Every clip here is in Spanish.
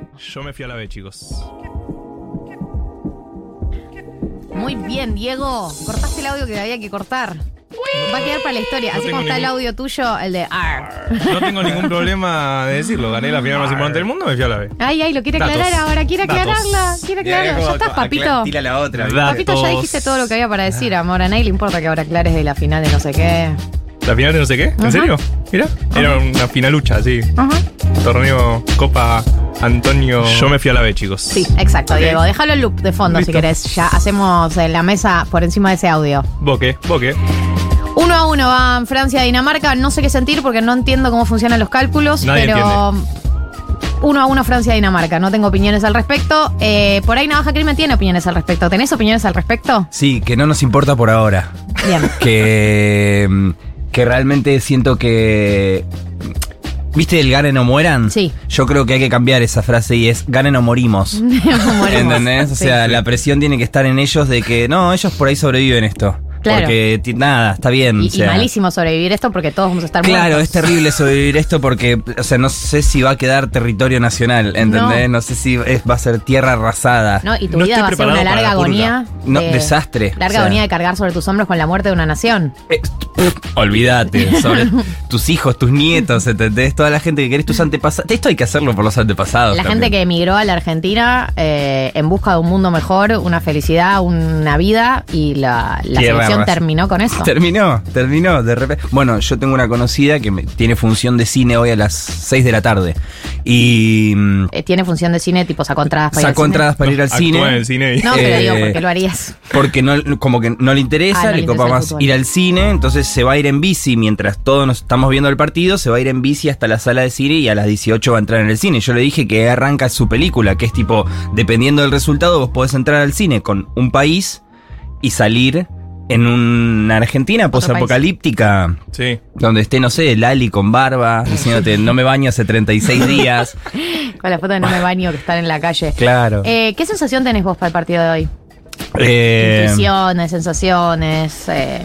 Yo me fui a la B, chicos. Muy bien, Diego. Cortaste el audio que había que cortar. Va a quedar para la historia. Así como está el audio tuyo, el de AR. No tengo ningún problema de decirlo. Gané la final más importante del mundo, me fui a la B. Ay, lo quiere aclarar ahora. Quiere aclararla. Ya estás, papito. Tira la otra. Papito, ya dijiste todo lo que había para decir, amor. A nadie le importa que ahora aclares de la final de no sé qué. ¿La final de no sé qué? ¿En serio? Mira, era una finalucha, así. Torneo Copa Antonio. Yo me fui a la B, chicos. Sí, exacto, okay. Diego. Déjalo en loop de fondo. ¿Listo? Si querés. Ya hacemos la mesa por encima de ese audio. Boque. 1-1 van Francia-Dinamarca. No sé qué sentir porque no entiendo cómo funcionan los cálculos. Nadie pero entiende. 1-1 Francia-Dinamarca. No tengo opiniones al respecto. Por ahí Navaja Crimen tiene opiniones al respecto. ¿Tenés opiniones al respecto? Sí, que no nos importa por ahora. Bien. Que realmente siento que... ¿Viste el ganen o mueran? Sí. Yo creo que hay que cambiar esa frase y es ganen o morimos. ¿Entendés? O sea, la presión tiene que estar en ellos de que no, ellos por ahí sobreviven esto. Claro. Porque nada, está bien. Y malísimo sobrevivir esto porque todos vamos a estar muertos. Claro, es terrible sobrevivir esto porque, o sea, no sé si va a quedar territorio nacional, ¿entendés? No sé si va a ser tierra arrasada. No, y tu vida va a ser una larga agonía. No, desastre. Larga agonía de cargar sobre tus hombros con la muerte de una nación. Olvídate, sobre tus hijos, tus nietos, ¿entendés? Toda la gente que querés, tus antepasados. Esto hay que hacerlo por los antepasados. La gente que emigró a la Argentina en busca de un mundo mejor, una felicidad, una vida, y la selección terminó con eso. Terminó, de repente. Bueno, yo tengo una conocida que tiene función de cine hoy a las 6 de la tarde. Y... ¿Tiene función de cine tipo sacó entradas para ir al cine? Sacó entradas para ir al cine. En el cine. No, pero digo, ¿por qué lo harías? Porque como que no le interesa, le copa más ir al cine, entonces se va a ir en bici mientras todos nos estamos viendo el partido, se va a ir en bici hasta la sala de cine y a las 18 va a entrar en el cine. Yo le dije que arranca su película, que es tipo, dependiendo del resultado, vos podés entrar al cine con un país y salir en una Argentina posapocalíptica. Sí. Donde esté, no sé, Lali con barba, diciéndote, no me baño hace 36 días. Con la foto de no me baño que están en la calle. Claro. ¿Qué sensación tenés vos para el partido de hoy? Intuiciones, sensaciones.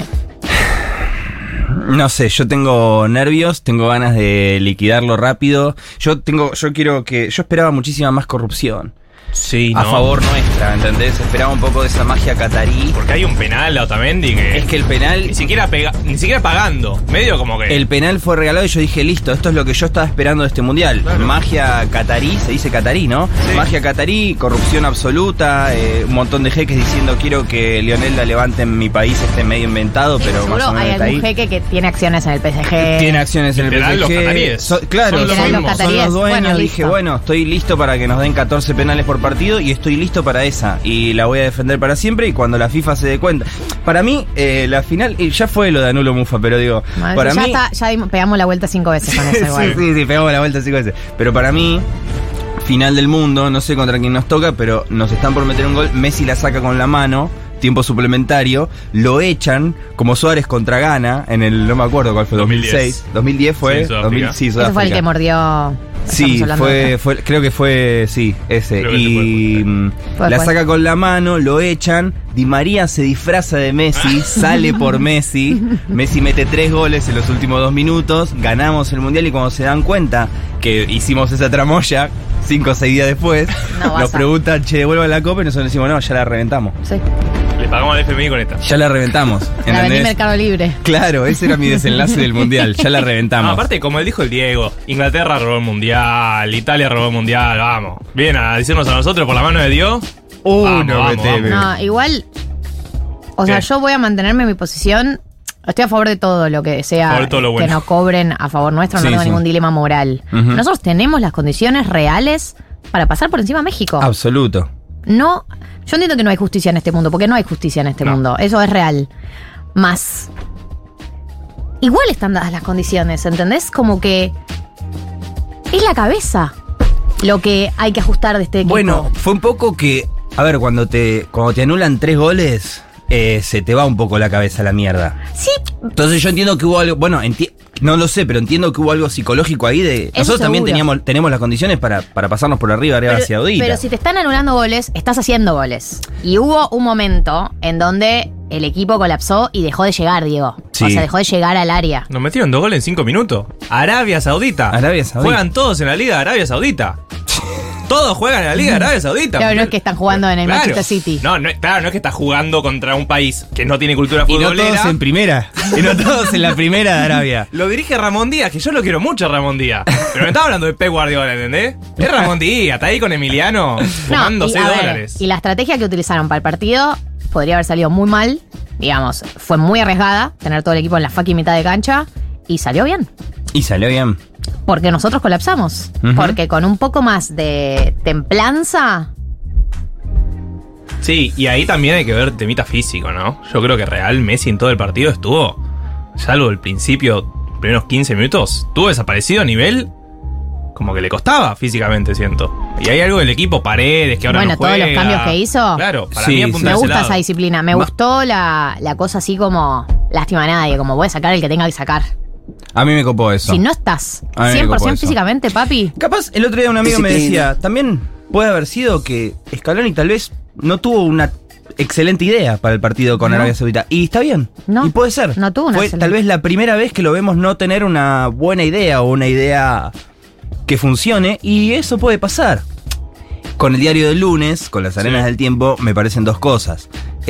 No sé, yo tengo nervios, tengo ganas de liquidarlo rápido. Yo esperaba muchísima más corrupción. Sí, a favor nuestra, ¿entendés? Esperaba un poco de esa magia catarí. Porque hay un penal a Otamendi que... Es que el penal... Ni siquiera pagando. Medio como que... El penal fue regalado y yo dije, listo, esto es lo que yo estaba esperando de este mundial. Claro. Magia catarí, se dice catarí, ¿no? Sí. Magia catarí, corrupción absoluta, un montón de jeques diciendo quiero que Lionel la levante en mi país, esté medio inventado, sí, pero más o menos hay algún jeque que tiene acciones en el PSG. Tiene acciones en el PSG. Los cataríes. Claro, son los dueños. Bueno, dije, bueno, estoy listo para que nos den 14 penales por partido y estoy listo para esa y la voy a defender para siempre y cuando la FIFA se dé cuenta. Para mí, la final, ya fue lo de Anulo Mufa, pero digo, mal, para mí... pegamos la vuelta 5 veces con eso. Sí, pegamos la vuelta 5 veces. Pero para mí, final del mundo, no sé contra quién nos toca, pero nos están por meter un gol, Messi la saca con la mano, tiempo suplementario, lo echan, como Suárez contra Ghana, en el, no me acuerdo cuál fue, 2006. 2010 fue, sí, Sudáfrica. Ese fue el que mordió... Sí, creo que fue, sí, ese. Y la saca con la mano, lo echan. Di María se disfraza de Messi, sale por Messi. Messi mete 3 goles en los últimos 2 minutos. Ganamos el mundial y cuando se dan cuenta que hicimos esa tramoya, 5 o 6 días después, nos preguntan, che, devuelvan la copa y nosotros decimos, no, ya la reventamos. Sí. Le pagamos al FMI con esta. Ya la reventamos. La vendí Mercado Libre. Claro, ese era mi desenlace del mundial. Ya la reventamos. No, aparte, como él dijo el Diego, Inglaterra robó el mundial, Italia robó el mundial, vamos. Vienen a decirnos a nosotros por la mano de Dios. Vamos. No, igual. O sea, yo voy a mantenerme en mi posición. Estoy a favor de todo lo que sea que nos cobren a favor nuestro. No tengo ningún dilema moral. Nosotros tenemos las condiciones reales para pasar por encima de México. Absoluto. No, yo entiendo que no hay justicia en este mundo, porque no hay justicia en este mundo. Eso es real. Más. Igual están dadas las condiciones, ¿entendés? Como que es la cabeza lo que hay que ajustar de este equipo. Bueno, fue un poco que, a ver, cuando te anulan 3 goles, se te va un poco la cabeza a la mierda. Sí. Entonces yo entiendo que hubo algo, bueno, no lo sé, pero entiendo que hubo algo psicológico ahí de... Eso nosotros seguro. también tenemos las condiciones para pasarnos por arriba de Arabia Saudita. Pero si te están anulando goles, estás haciendo goles. Y hubo un momento en donde el equipo colapsó y dejó de llegar, Diego. Sí. O sea, dejó de llegar al área. Nos metieron 2 goles en 5 minutos. Arabia Saudita. Arabia Saudita. Juegan todos en la Liga de Arabia Saudita. Todos juegan en la Liga de Arabia Saudita. Claro, no es que están jugando en el Manchester City. No es que estás jugando contra un país que no tiene cultura futbolera. Y no todos en primera. Y no todos en la primera de Arabia. Lo dirige Ramón Díaz, que yo lo quiero mucho, Ramón Díaz. Pero me estaba hablando de Pep Guardiola, ¿entendés? Es Ramón Díaz, está ahí con Emiliano fumándose dólares. Y la estrategia que utilizaron para el partido podría haber salido muy mal. Digamos, fue muy arriesgada tener todo el equipo en la fucking mitad de cancha. Y salió bien. Porque nosotros colapsamos. Porque con un poco más de templanza. Sí, y ahí también hay que ver temita físico, ¿no? Yo creo que Real Messi en todo el partido estuvo, salvo el principio, primeros 15 minutos, estuvo desaparecido a nivel como que le costaba físicamente, siento. Y hay algo del equipo, Paredes, que ahora no juega. Bueno, todos los cambios que hizo. Claro, para mí apunta me gusta esa disciplina. Me gustó la cosa así como lástima a nadie, como voy a sacar el que tenga que sacar. A mí me copó eso. Si no estás 100% físicamente, papi. Capaz, el otro día un amigo me decía, también puede haber sido que Scaloni tal vez no tuvo una excelente idea para el partido con Arabia Saudita. Y está bien. Y puede ser. No tuvo una Fue tal vez la primera vez que lo vemos no tener una buena idea o una idea que funcione. Y eso puede pasar. Con el diario del lunes, con las arenas del tiempo, me parecen dos cosas.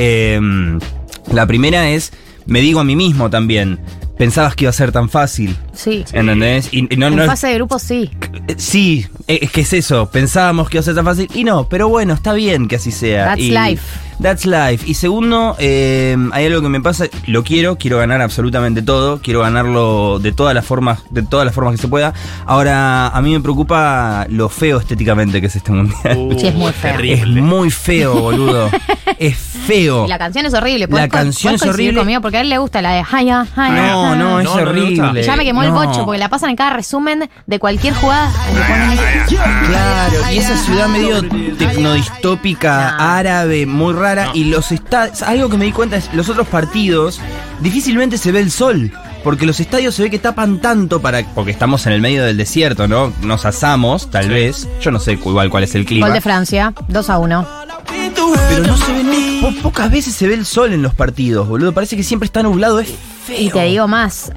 La primera es, me digo a mí mismo también, pensabas que iba a ser tan fácil. Sí. ¿Entendés? Y no, en fase de grupo sí. Sí, es que es eso. Pensábamos que iba a ser tan fácil y no, pero bueno, está bien que así sea. That's life. Y segundo, hay algo que me pasa, quiero ganar absolutamente todo, quiero ganarlo de todas las formas que se pueda. Ahora, a mí me preocupa lo feo estéticamente que es este mundial. Sí, es muy feo. Es muy feo, boludo. Es feo. Y la canción es horrible. La canción es horrible. Conmigo porque a él le gusta la de Haya. No, es horrible. Y ya me quemó el bocho porque la pasan en cada resumen de cualquier jugada. Claro, y esa ciudad medio tecnodistópica, árabe, muy rara. Y los estadios, algo que me di cuenta es, los otros partidos difícilmente se ve el sol. Porque los estadios se ve que tapan tanto porque estamos en el medio del desierto, ¿no? Nos asamos, tal vez. Yo no sé igual cuál es el clima. Gol de Francia, 2-1. Pero no se ve pocas veces se ve el sol en los partidos, boludo. Parece que siempre está nublado, es feo. Y te digo más,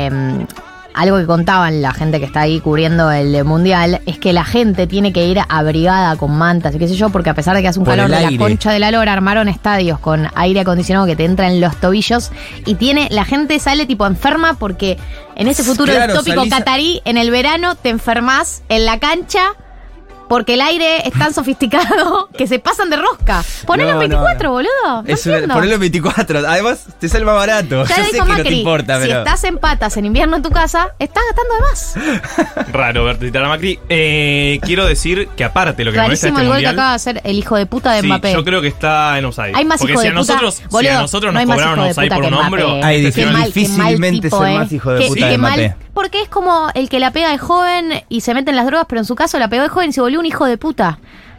algo que contaban la gente que está ahí cubriendo el mundial es que la gente tiene que ir abrigada con mantas y qué sé yo, porque a pesar de que hace un calor de la concha de la lora, armaron estadios con aire acondicionado que te entra en los tobillos y la gente sale tipo enferma porque en ese futuro distópico catarí, en el verano te enfermas en la cancha porque el aire es tan sofisticado que se pasan de rosca. Ponelo en 24, boludo. Ponelo en 24. Además, te sale más barato. Ya yo sé que Macri, no te importa, pero... Si estás en patas en invierno en tu casa, estás gastando de más. Raro verte citar a Macri. Quiero decir que aparte de lo que me molesta este mundial... el gol que acaba de hacer el hijo de puta de Mbappé. Yo creo que está en offside. Hay más hijo de puta. Si a nosotros nos cobraron offside por un hombro... Hay difícilmente ser más hijo de puta de Mbappé. Porque es como el que la pega de joven y se mete en las drogas, pero en su caso la pegó de joven y se volvió un hijo de puta.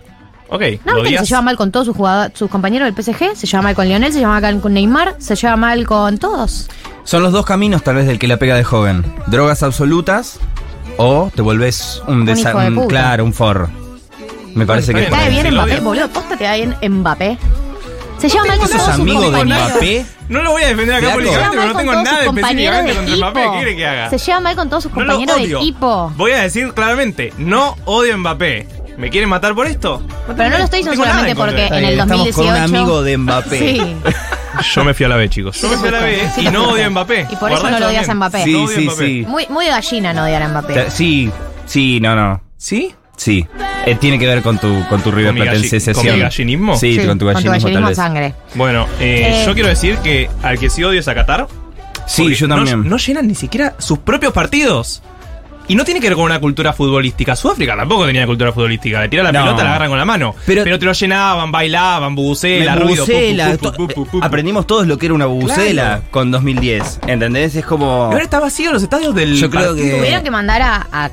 Ok. ¿No viste que se lleva mal con todos sus compañeros del PSG? Se lleva mal con Lionel, se lleva mal con Neymar, se lleva mal con todos. Son los dos caminos tal vez del que la pega de joven. Drogas absolutas o te vuelves un forro. Me parece que... ¿Te cae bien Mbappé, boludo? ¿Posta te da bien Mbappé? Se lleva mal con todos sus amigo de Mbappé? No lo voy a defender acá públicamente, pero no tengo nada específicamente contra Mbappé. ¿Qué quiere que haga? Se lleva mal con todos sus compañeros de equipo. Voy a decir claramente, no odio a Mbappé. ¿Me quieren matar por esto? Pero no lo estoy diciendo solamente porque en el 2018... Estamos con un amigo de Mbappé. Sí. Yo me fui a la B, chicos. Yo me fui a la B y no odio a Mbappé. Y por eso no lo odias a Mbappé. Sí. Muy de gallina no odiar a Mbappé. Sí, no. ¿Sí? Sí. Tiene que ver con tu River Platense sesión. ¿Con mi gallinismo? Sí, con tu gallinismo tal sangre. Bueno, yo quiero decir que al que sí odio es a Qatar. Sí, yo también. No llenan ni siquiera sus propios partidos. Y no tiene que ver con una cultura futbolística. Sudáfrica tampoco tenía cultura futbolística. Le tiran la pelota, la agarran con la mano. Pero te lo llenaban, bailaban, bubucela, ruido. Aprendimos todos lo que era una bubucela con 2010. ¿Entendés? Es como... Y ahora está vacío los estadios del... Yo creo que... Tuvieron que mandar a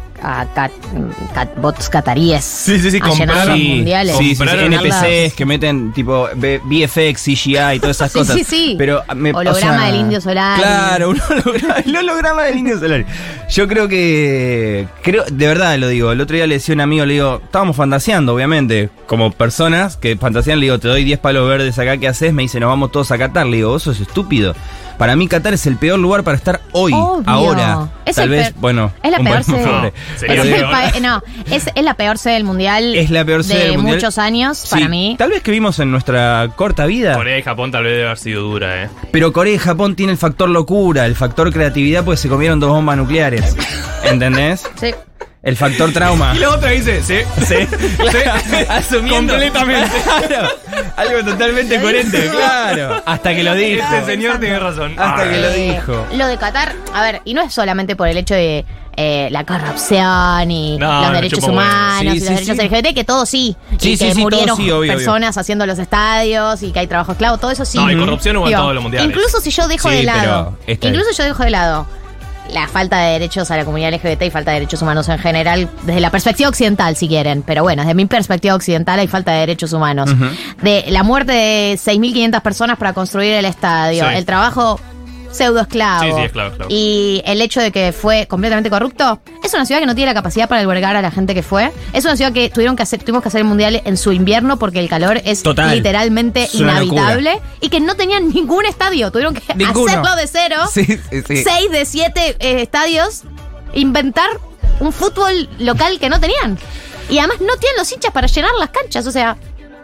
bots cataríes a llenar los mundiales. Sí, NPCs que meten tipo VFX, CGI y todas esas cosas. Sí. Pero holograma del Indio Solari. Claro, el holograma del Indio Solari. Yo creo que... de verdad lo digo. El otro día le decía a un amigo, le digo, estábamos fantaseando, obviamente, como personas que fantasean, le digo, te doy 10 palos verdes acá, ¿qué haces? Me dice, nos vamos todos a Qatar. Le digo, vos sos estúpido. Para mí Qatar es el peor lugar para estar hoy, ahora. Tal vez, bueno, es la peor sede. Es la peor sede del mundial. Es la peor sede del mundial. Muchos años, para mí. Tal vez que vimos en nuestra corta vida. Corea y Japón tal vez debe haber sido dura, Pero Corea y Japón tiene el factor locura, el factor creatividad, pues se comieron 2 bombas nucleares. ¿Entendés? Sí. El factor trauma. Y la otra dice, sí. Asumiendo completamente. Claro, algo totalmente coherente, claro. Hasta que lo dijo. Este señor tiene razón. Hasta que lo dijo. Lo de Qatar, a ver, y no es solamente por el hecho de la corrupción y los derechos humanos y los derechos LGBT, que todo sí. Y que murieron personas haciendo los estadios y que hay trabajo esclavo, todo eso sí. No, hay corrupción hubo en todos los mundiales. Incluso si yo dejo de lado la falta de derechos a la comunidad LGBT y falta de derechos humanos en general, desde la perspectiva occidental, si quieren, pero bueno, desde mi perspectiva occidental hay falta de derechos humanos. De la muerte de 6.500 personas para construir el estadio, el trabajo pseudoesclavo. Sí, esclavo. Y el hecho de que fue completamente corrupto. Es una ciudad que no tiene la capacidad para albergar a la gente que fue. Es una ciudad que tuvimos que hacer el mundial en su invierno porque el calor es literalmente inhabitable y que no tenían ningún estadio. Tuvieron que hacerlo de cero. 6 de 7 estadios. Inventar un fútbol local que no tenían. Y además no tienen los hinchas para llenar las canchas. O sea...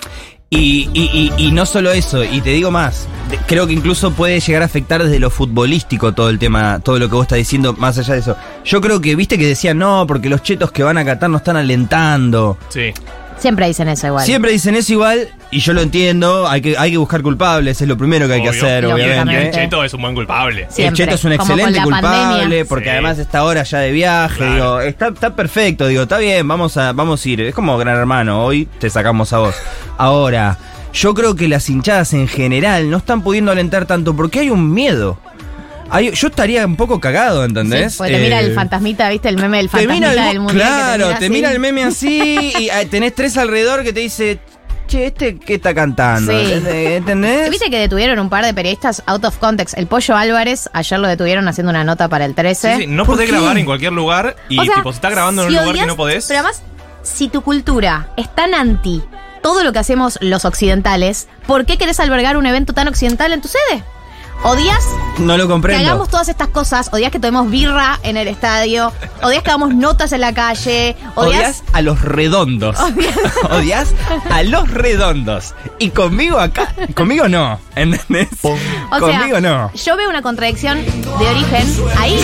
Y no solo eso, y te digo más, creo que incluso puede llegar a afectar desde lo futbolístico todo el tema, todo lo que vos estás diciendo, más allá de eso. Yo creo que, viste que decían, no, porque los chetos que van a Qatar no están alentando. Sí. Siempre dicen eso igual. Siempre dicen eso igual, y yo lo entiendo, hay que buscar culpables, es lo primero que hay que hacer, obviamente. El cheto es un buen culpable. Siempre. El cheto es un excelente culpable, pandemia. porque además está ahora ya de viaje, claro. Está perfecto, está bien, vamos a ir. Es como Gran Hermano, hoy te sacamos a vos. Ahora, yo creo que las hinchadas en general no están pudiendo alentar tanto porque hay un miedo. Yo estaría un poco cagado, ¿entendés? Sí, porque te mira el fantasmita, ¿viste? El meme del fantasmita del mundial. Claro, te mira el meme así y tenés 3 alrededor que te dice, che, ¿qué está cantando? Sí. ¿Entendés? ¿Viste que detuvieron un par de periodistas out of context? El Pollo Álvarez, ayer lo detuvieron haciendo una nota para el 13. Sí, no podés grabar en cualquier lugar y si estás grabando en un lugar que no podés. Pero además, si tu cultura es tan anti todo lo que hacemos los occidentales, ¿por qué querés albergar un evento tan occidental en tu sede? ¿Odias no lo comprendo. que hagamos todas estas cosas? ¿Odias que tomemos birra en el estadio? ¿Odias que hagamos notas en la calle? ¿Odias a los redondos? ¿Odias a los redondos? Y conmigo no, ¿entendés? Conmigo no. Yo veo una contradicción de origen ahí.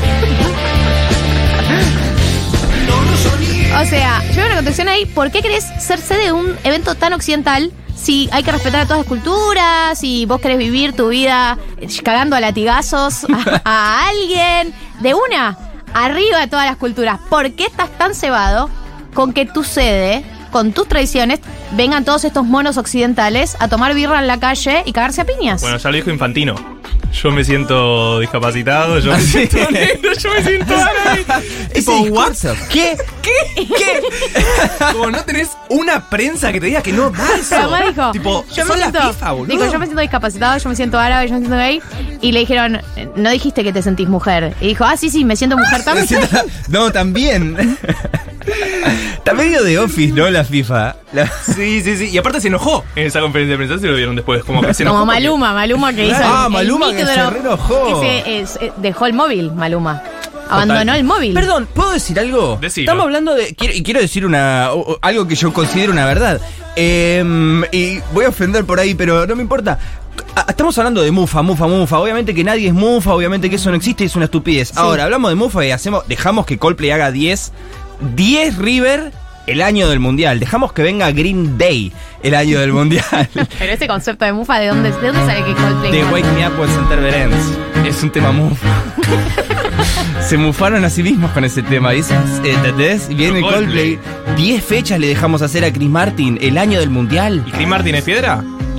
O sea, yo veo una contradicción ahí. ¿Por qué querés ser sede de un evento tan occidental si hay que respetar a todas las culturas, si vos querés vivir tu vida cagando a latigazos a alguien? De una, arriba de todas las culturas. ¿Por qué estás tan cebado con que tu sede, con tus tradiciones, vengan todos estos monos occidentales a tomar birra en la calle y cagarse a piñas? Bueno, ya lo dijo Infantino. Yo me siento discapacitado, yo me siento negro, yo me siento árabe. Tipo, ¿what? ¿Qué? Como no tenés una prensa que te diga que no da eso. Pero además dijo, tipo, yo me siento, FIFA, boludo. Dijo, yo me siento discapacitado, yo me siento árabe, yo me siento gay. Y le dijeron, no dijiste que te sentís mujer. Y dijo, sí, me siento mujer también. No, también. Está medio de Office, ¿no? La FIFA. Sí. Y aparte se enojó en esa conferencia de prensa, se lo vieron después. Como que se enojó. Como Maluma que hizo. Maluma que se enojó. Dejó el móvil, Maluma. Abandonó el móvil. Perdón, ¿puedo decir algo? Decilo. Estamos hablando de... Quiero decir algo que yo considero una verdad. Y voy a ofender por ahí, pero no me importa. Estamos hablando de Mufa. Obviamente que nadie es Mufa, obviamente que eso no existe y es una estupidez. Sí. Ahora, hablamos de Mufa y dejamos que Coldplay haga 10 River el año del mundial. Dejamos que venga Green Day el año del mundial. Pero ese concepto de Mufa, ¿de dónde sale que Coldplay? De Wake Me Up When September Ends. Es un tema Mufa. Se mufaron a sí mismos con ese tema. ¿Entendés? Viene Coldplay. 10 fechas le dejamos hacer a Chris Martin el año del mundial. ¿Y Chris Martin es piedra?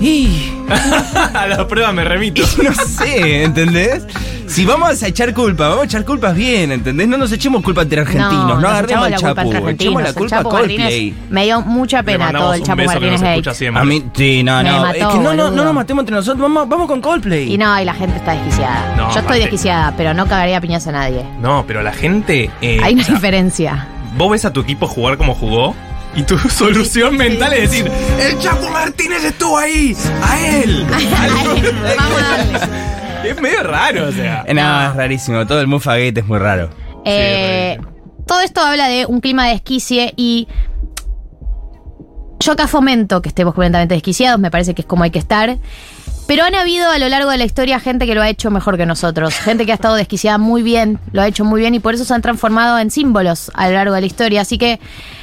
A la prueba me remito. No sé, ¿entendés? Si vamos a echar culpa, vamos a echar culpas bien, ¿entendés? No nos echemos culpa entre argentinos, no agarremos al Chapu, echemos la culpa a Coldplay. Me dio mucha pena todo el Chapu Martínez Gate. A mí, sí, no. Es que no nos matemos entre nosotros, vamos con Coldplay. Y la gente está desquiciada. Yo estoy desquiciada, pero no cagaría piñas a nadie. No, pero la gente... hay una diferencia. Vos ves a tu equipo jugar como jugó y tu solución mental es decir, el Chapu Martínez estuvo ahí, a él. Vamos a darle. Es medio raro, o sea. No, es rarísimo. Todo el Mufagate es muy raro. Todo esto habla de un clima de desquicie y yo acá fomento que estemos completamente desquiciados, me parece que es como hay que estar. Pero han habido a lo largo de la historia gente que lo ha hecho mejor que nosotros. Gente que ha estado desquiciada muy bien, lo ha hecho muy bien y por eso se han transformado en símbolos a lo largo de la historia. Así que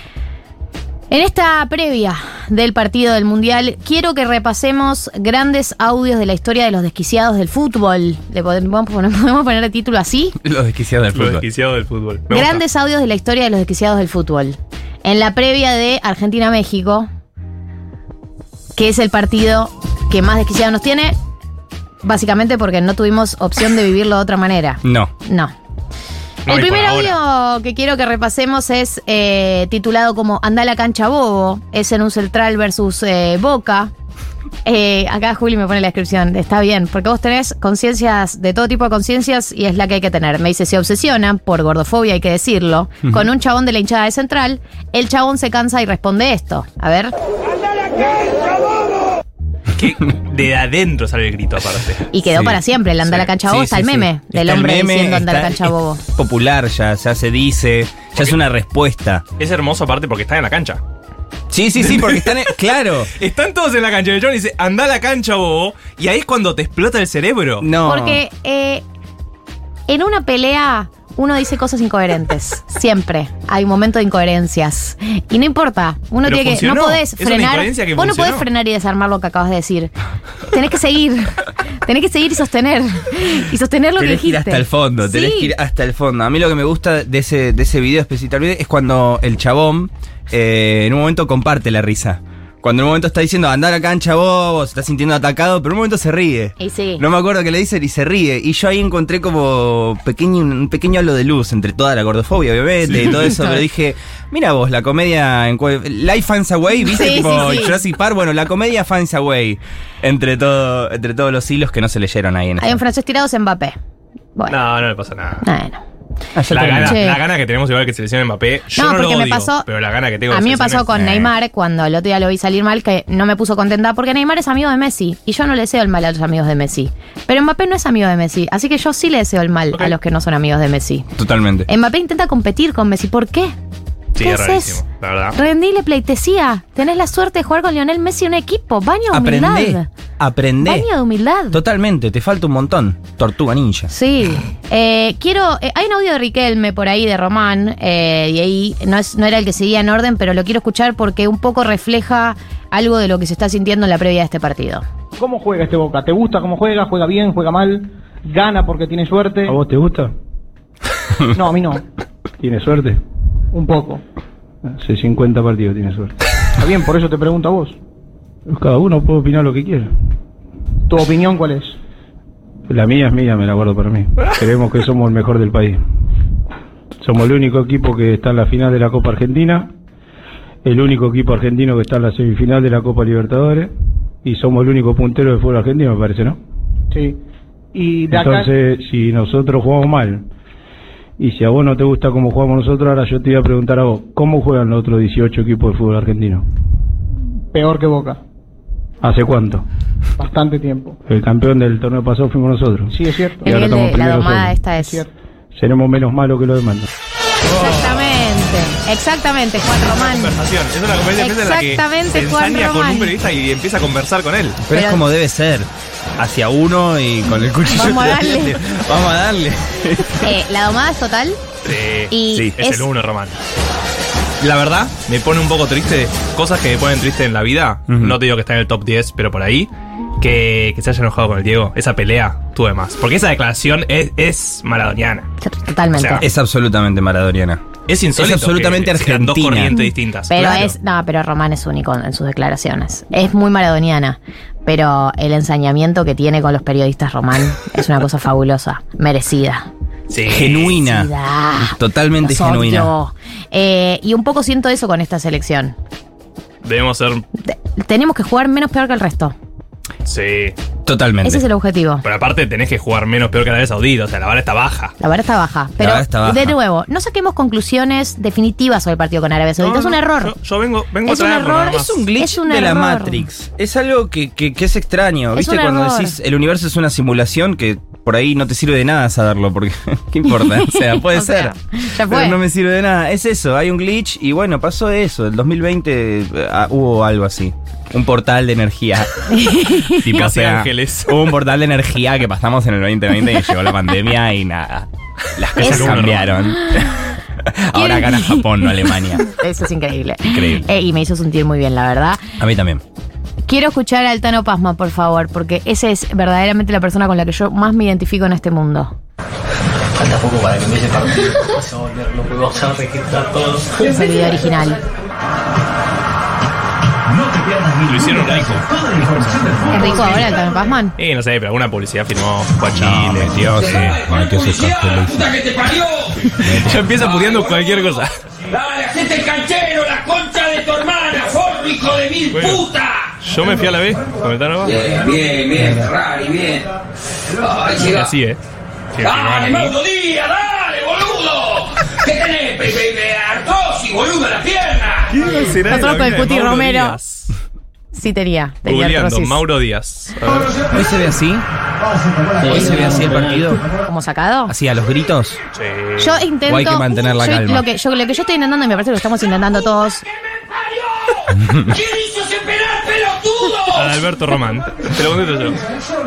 en esta previa del partido del Mundial, quiero que repasemos grandes audios de la historia de los desquiciados del fútbol. ¿Podemos poner el título así? Los desquiciados del fútbol. Los desquiciados del fútbol. Grandes audios de la historia de los desquiciados del fútbol. En la previa de Argentina-México, que es el partido que más desquiciado nos tiene, básicamente porque no tuvimos opción de vivirlo de otra manera. No. El primer audio que quiero que repasemos es titulado como Andá a la cancha bobo. Es en un Central versus Boca. Acá Juli me pone la descripción. Está bien, porque vos tenés conciencias de todo tipo de conciencias y es la que hay que tener. Me dice, se obsesionan, por gordofobia hay que decirlo, con un chabón de la hinchada de Central. El chabón se cansa y responde esto. A ver. ¡Andá a la cancha bobo! Que de adentro sale el grito aparte. Y quedó para siempre el Andá a la cancha bobo. Está el meme del hombre diciendo Andá a la cancha bobo. Es popular ya se dice, ya es una respuesta. Es hermoso aparte porque está en la cancha. Sí, porque están claro. Están todos en la cancha. El chabón dice, andá a la cancha, bobo. Y ahí es cuando te explota el cerebro. No. Porque en una pelea uno dice cosas incoherentes. Siempre hay un momento de incoherencias. Y no importa. Uno pero tiene funcionó. No podés frenar. Vos no podés frenar y desarmar lo que acabas de decir. Tenés que seguir. Tenés que seguir y sostener. Y sostener lo que dijiste. Tenés que ir hasta el fondo. Sí. Tenés que ir hasta el fondo. A mí lo que me gusta de ese video específicamente es cuando el chabón en un momento comparte la risa. Cuando en un momento está diciendo andá a la cancha bobo, se está sintiendo atacado, pero en un momento se ríe. Y sí. No me acuerdo qué le dice y se ríe. Y yo ahí encontré como un pequeño halo de luz entre toda la gordofobia, obviamente, y todo eso. Pero dije, mira vos, la comedia Life Finds a Way, ¿viste? Sí, tipo sí. Jurassic Park, bueno, la comedia finds a way. Entre todos los hilos que no se leyeron ahí. Hay un francés tirado en Mbappé. Bueno. No le pasa nada. Bueno. La gana que tenemos igual que seleccione Mbappé. Yo no lo odio, me pasó, pero la gana que tengo a de mí me pasó con Neymar cuando el otro día lo vi salir mal, que no me puso contenta porque Neymar es amigo de Messi y yo no le deseo el mal a los amigos de Messi. Pero Mbappé no es amigo de Messi, así que yo sí le deseo el mal a los que no son amigos de Messi. Totalmente. Mbappé intenta competir con Messi. ¿Por qué? Sí, ¿Qué es rarísimo, la verdad. Rendile pleitesía. Tenés la suerte de jugar con Lionel Messi en un equipo. Baño de humildad. Aprendé. Baño de humildad. Totalmente, te falta un montón. Tortuga ninja. Sí. Hay un audio de Riquelme por ahí, de Román, y ahí no era el que seguía en orden, pero lo quiero escuchar porque un poco refleja algo de lo que se está sintiendo en la previa de este partido. ¿Cómo juega este Boca? ¿Te gusta cómo juega? ¿Juega bien? ¿Juega mal? ¿Gana porque tiene suerte? ¿A vos te gusta? No, a mí no. ¿Tiene suerte? Un poco. Hace 50 partidos tiene suerte. Está bien, por eso te pregunto a vos. Cada uno puede opinar lo que quiera. ¿Tu opinión cuál es? La mía es mía, me la guardo para mí. Creemos que somos el mejor del país. Somos el único equipo que está en la final de la Copa Argentina, el único equipo argentino que está en la semifinal de la Copa Libertadores, y somos el único puntero del fútbol argentino, me parece, ¿no? Sí. Y de acá... Entonces, si nosotros jugamos mal, y si a vos no te gusta cómo jugamos nosotros, ahora yo te voy a preguntar a vos, ¿cómo juegan los otros 18 equipos de fútbol argentino? Peor que Boca. ¿Hace cuánto? Bastante tiempo. El campeón del torneo pasado fuimos nosotros. Sí, es cierto. Y ahora estamos La primeros domada solos. esta es. Cierto. Seremos menos malos que los demás. Exactamente, Juan Román. Conversación. Es una conversación en la que Exactamente, se Juan ensaña con Román. un periodista y empieza a conversar con él. Pero es como debe ser. Hacia uno y con el cuchillo. Vamos a darle. Vamos a darle. La domada es total. Sí, Y sí, es es- el uno, Román. La verdad, me pone un poco triste. Cosas que me ponen triste en la vida. Ujú. No te digo que está en el top 10, pero por ahí. Que se haya enojado con el Diego. Esa pelea, tuve más. Porque esa declaración es maradoniana. Totalmente. O sea, Es absolutamente maradoniana. Es insólito. Es absolutamente que sean dos argentina. corrientes distintas. Pero claro. pero Román es único en sus declaraciones. Es muy maradoniana. Pero el ensañamiento que tiene con los periodistas Román es una cosa fabulosa. Merecida. Sí. Genuina. Merecida. Totalmente Los genuina. odio. Y un poco siento eso con esta selección. Debemos ser. Tenemos que jugar menos peor que el resto. Sí. Totalmente. Ese es el objetivo. Pero aparte tenés que jugar menos peor que Arabia Saudita. O sea, la vara está baja. La vara está baja. Pero, vara está baja. de nuevo, no saquemos conclusiones definitivas sobre el partido con Arabia Saudita. No, es un no, error. Yo vengo Es a un traerlo error. nada más. Es un glitch Es un de la error. Matrix. Es algo que es extraño. Es ¿Viste? un Cuando error. decís el universo es una simulación, que por ahí no te sirve de nada saberlo, porque ¿qué importa? O sea, puede ser. Ya fue. Pero no me sirve de nada. Es eso, hay un glitch y bueno, pasó eso. El 2020 hubo algo así. Un portal de energía. Tipo, Casi ángeles. Hubo un portal de energía que pasamos en el 2020 y llegó la pandemia y nada. Las cosas cambiaron. Ahora gana Japón, no Alemania. Eso es increíble. Increíble. Y me hizo sentir muy bien, la verdad. A mí también. Quiero escuchar al Tano Pasma, por favor, porque ese es verdaderamente la persona con la que yo más me identifico en este mundo. Falta poco para que empiece el partido. Se va a volver loco y vamos a registrar todos. Es el video original. Lo hicieron rico. ¿Es rico ahora el Tano Pasman? No sé, pero alguna publicidad firmó. Fue a Chile. No, metió su cajón. ¡Puta que te parió! Ya empieza puteando cualquier cosa. ¡Dale, hacete el canchero, la concha de tu hermana, forro, hijo de mil Bueno. puta! Yo me fui a la B con el Tano. Bien, Ferrari, bien. Ay, Y llega. así, Que ¡Dale, firmaban a mí. Mauro Díaz, dale, boludo! ¿Qué tenés, Pepe Artosi, boludo, en la pierna? ¿Quién será Nosotros la con el mina de Cuti Mauro Romero. Díaz? Sí, tenía Googleando, artrosis. Mauro Díaz. A ver. ¿Hoy se ve así? ¿Hoy se ve así el partido? ¿Cómo sacado? ¿Así a los gritos? Sí. Yo intento. O hay que mantener la calma. Lo que yo estoy intentando, y me parece que lo estamos intentando todos. ¿Quién hizo ese penal, pelotudo? Alberto Román. Te lo contesto yo.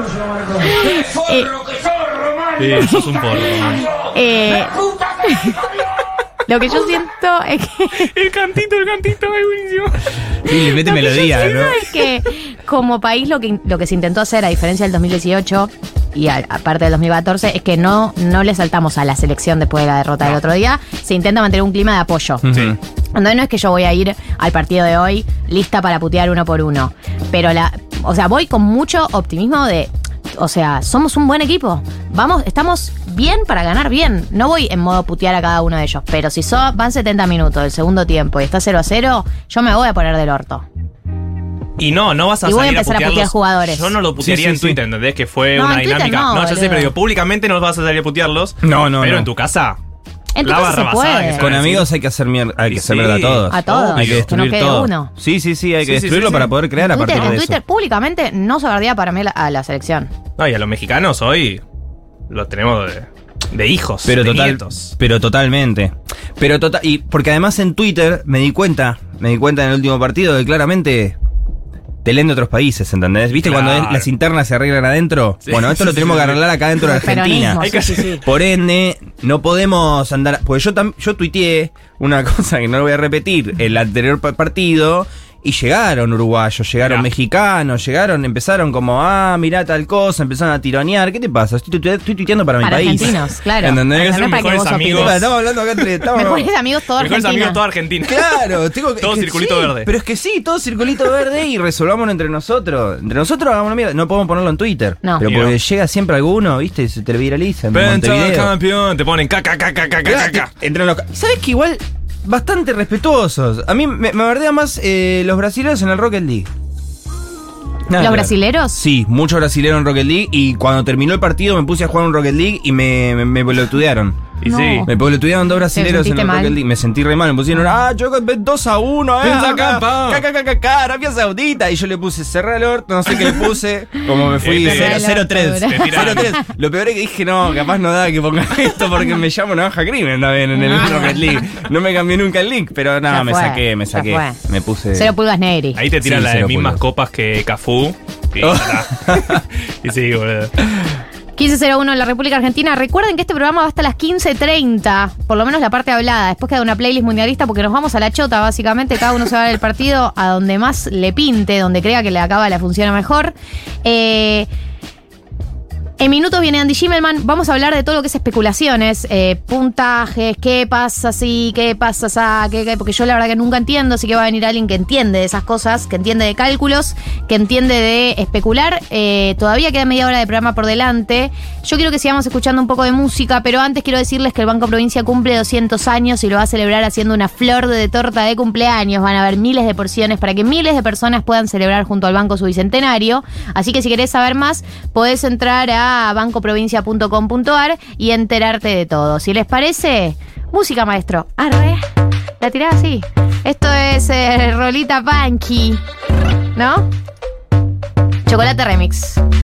¡Qué forro que zorro, man! Sí, sos un porro, Román. ¡Puta que te parió! Lo que yo siento es que. El cantito, es buenísimo. Sí, le mete melodía, Lo que yo ¿no? siento es que como país lo que se intentó hacer, a diferencia del 2018 y aparte del 2014, es que no le saltamos a la selección después de la derrota del otro día. Se intenta mantener un clima de apoyo. Sí. Entonces no es que yo voy a ir al partido de hoy lista para putear uno por uno. Pero voy con mucho optimismo de. O sea, somos un buen equipo. Estamos bien para ganar bien. No voy en modo putear a cada uno de ellos. Pero si van 70 minutos del segundo tiempo y está 0-0, yo me voy a poner del orto. Y no vas a Y voy a salir empezar a putear putearlos. jugadores. Yo no lo putearía Sí, en Twitter, ¿entendés? Que fue No, una en Twitter dinámica. no, Ya sé, boludo. pero digo, públicamente no vas a salir a putearlos. No, Pero no. en tu casa. En tu la casa barra se basada puede. que se Con va a amigos decir. hay que hacer mierda, hay que Sí, hacer mierda a todos. A todos. Hay que Que destruir no quede todo. uno. Sí, hay que Sí, destruirlo sí. para poder crear a partir En de Twitter eso. públicamente no se bardea para mí a la selección. No, y a los mexicanos hoy los tenemos de hijos, Pero de total, nietos. pero totalmente. Y porque además en Twitter me di cuenta en el último partido que claramente te leen de otros países, ¿entendés? ¿Viste Claro. cuando las internas se arreglan adentro? Sí. Bueno, esto lo tenemos que arreglar acá dentro de El Argentina. peronismo, sí. Por ende, no podemos andar. Porque yo tuiteé una cosa que no lo voy a repetir, el anterior partido. Y llegaron uruguayos, llegaron Mirá. mexicanos, empezaron como, mirá tal cosa, empezaron a tironear. ¿Qué te pasa? Estoy tuiteando para mi Para país. argentinos, claro. ¿Entendés? Para Mejores que vos amigos. opines. Estamos hablando acá entre. Mejores amigos todo Mejores Argentina. amigos toda Argentina. Claro, Todo circulito verde. Pero es que sí, todo circulito verde y resolvámonos entre nosotros. Entre nosotros hagamos una mierda. No podemos ponerlo en Twitter. No. Pero Y porque no. llega siempre alguno, ¿viste? Y se te viraliza. En Penta Montevideo. campeón, te ponen caca. Entre los. ¿Sabes que igual bastante respetuosos? A mí me bardea más los brasileños en el Rocket League. Nada ¿Los que ver. brasileros? Sí, muchos brasileños en Rocket League. Y cuando terminó el partido me puse a jugar un Rocket League y me pelotudearon. Y No. sí. Me pelotudearon dos brasileros en sentiste el mal? Rocket League. Me sentí re mal. Me pusieron, yo con 2-1, Pensa campeón. Arabia Saudita. Y yo le puse cerrar el orto, no sé qué le puse. Como me fui Te 0-3. tiraron. 0-3. Lo peor es que dije, no, capaz no da que ponga esto porque me llamo Navaja Crimen también en el Rocket League. No me cambié nunca el link, pero nada, Ya me fue, saqué. ya fue. Me puse. 0 pulgas negri. Ahí te tiran Sí, las cero mismas pulgas. copas que Cafú. Y, Oh. y sí, boludo. 15:01 en la República Argentina. Recuerden que este programa va hasta las 15:30, por lo menos la parte hablada. Después queda una playlist mundialista porque nos vamos a la chota, básicamente. Cada uno se va a ver el partido a donde más le pinte, donde crea que le acaba la funciona mejor. En minutos viene Andy Schimmelman. Vamos a hablar de todo lo que es especulaciones, puntajes, qué pasa así, qué pasa así, porque yo la verdad que nunca entiendo, así que va a venir alguien que entiende de esas cosas, que entiende de cálculos, que entiende de especular. Todavía queda media hora de programa por delante. Yo quiero que sigamos escuchando un poco de música, pero antes quiero decirles que el Banco Provincia cumple 200 años y lo va a celebrar haciendo una flor de torta de cumpleaños. Van a haber miles de porciones para que miles de personas puedan celebrar junto al Banco su bicentenario. Así que si querés saber más, podés entrar a bancoprovincia.com.ar y enterarte de todo. Si les parece, música, maestro. Arre, la tirás así. Esto es Rolita Punky, ¿no? Chocolate Remix.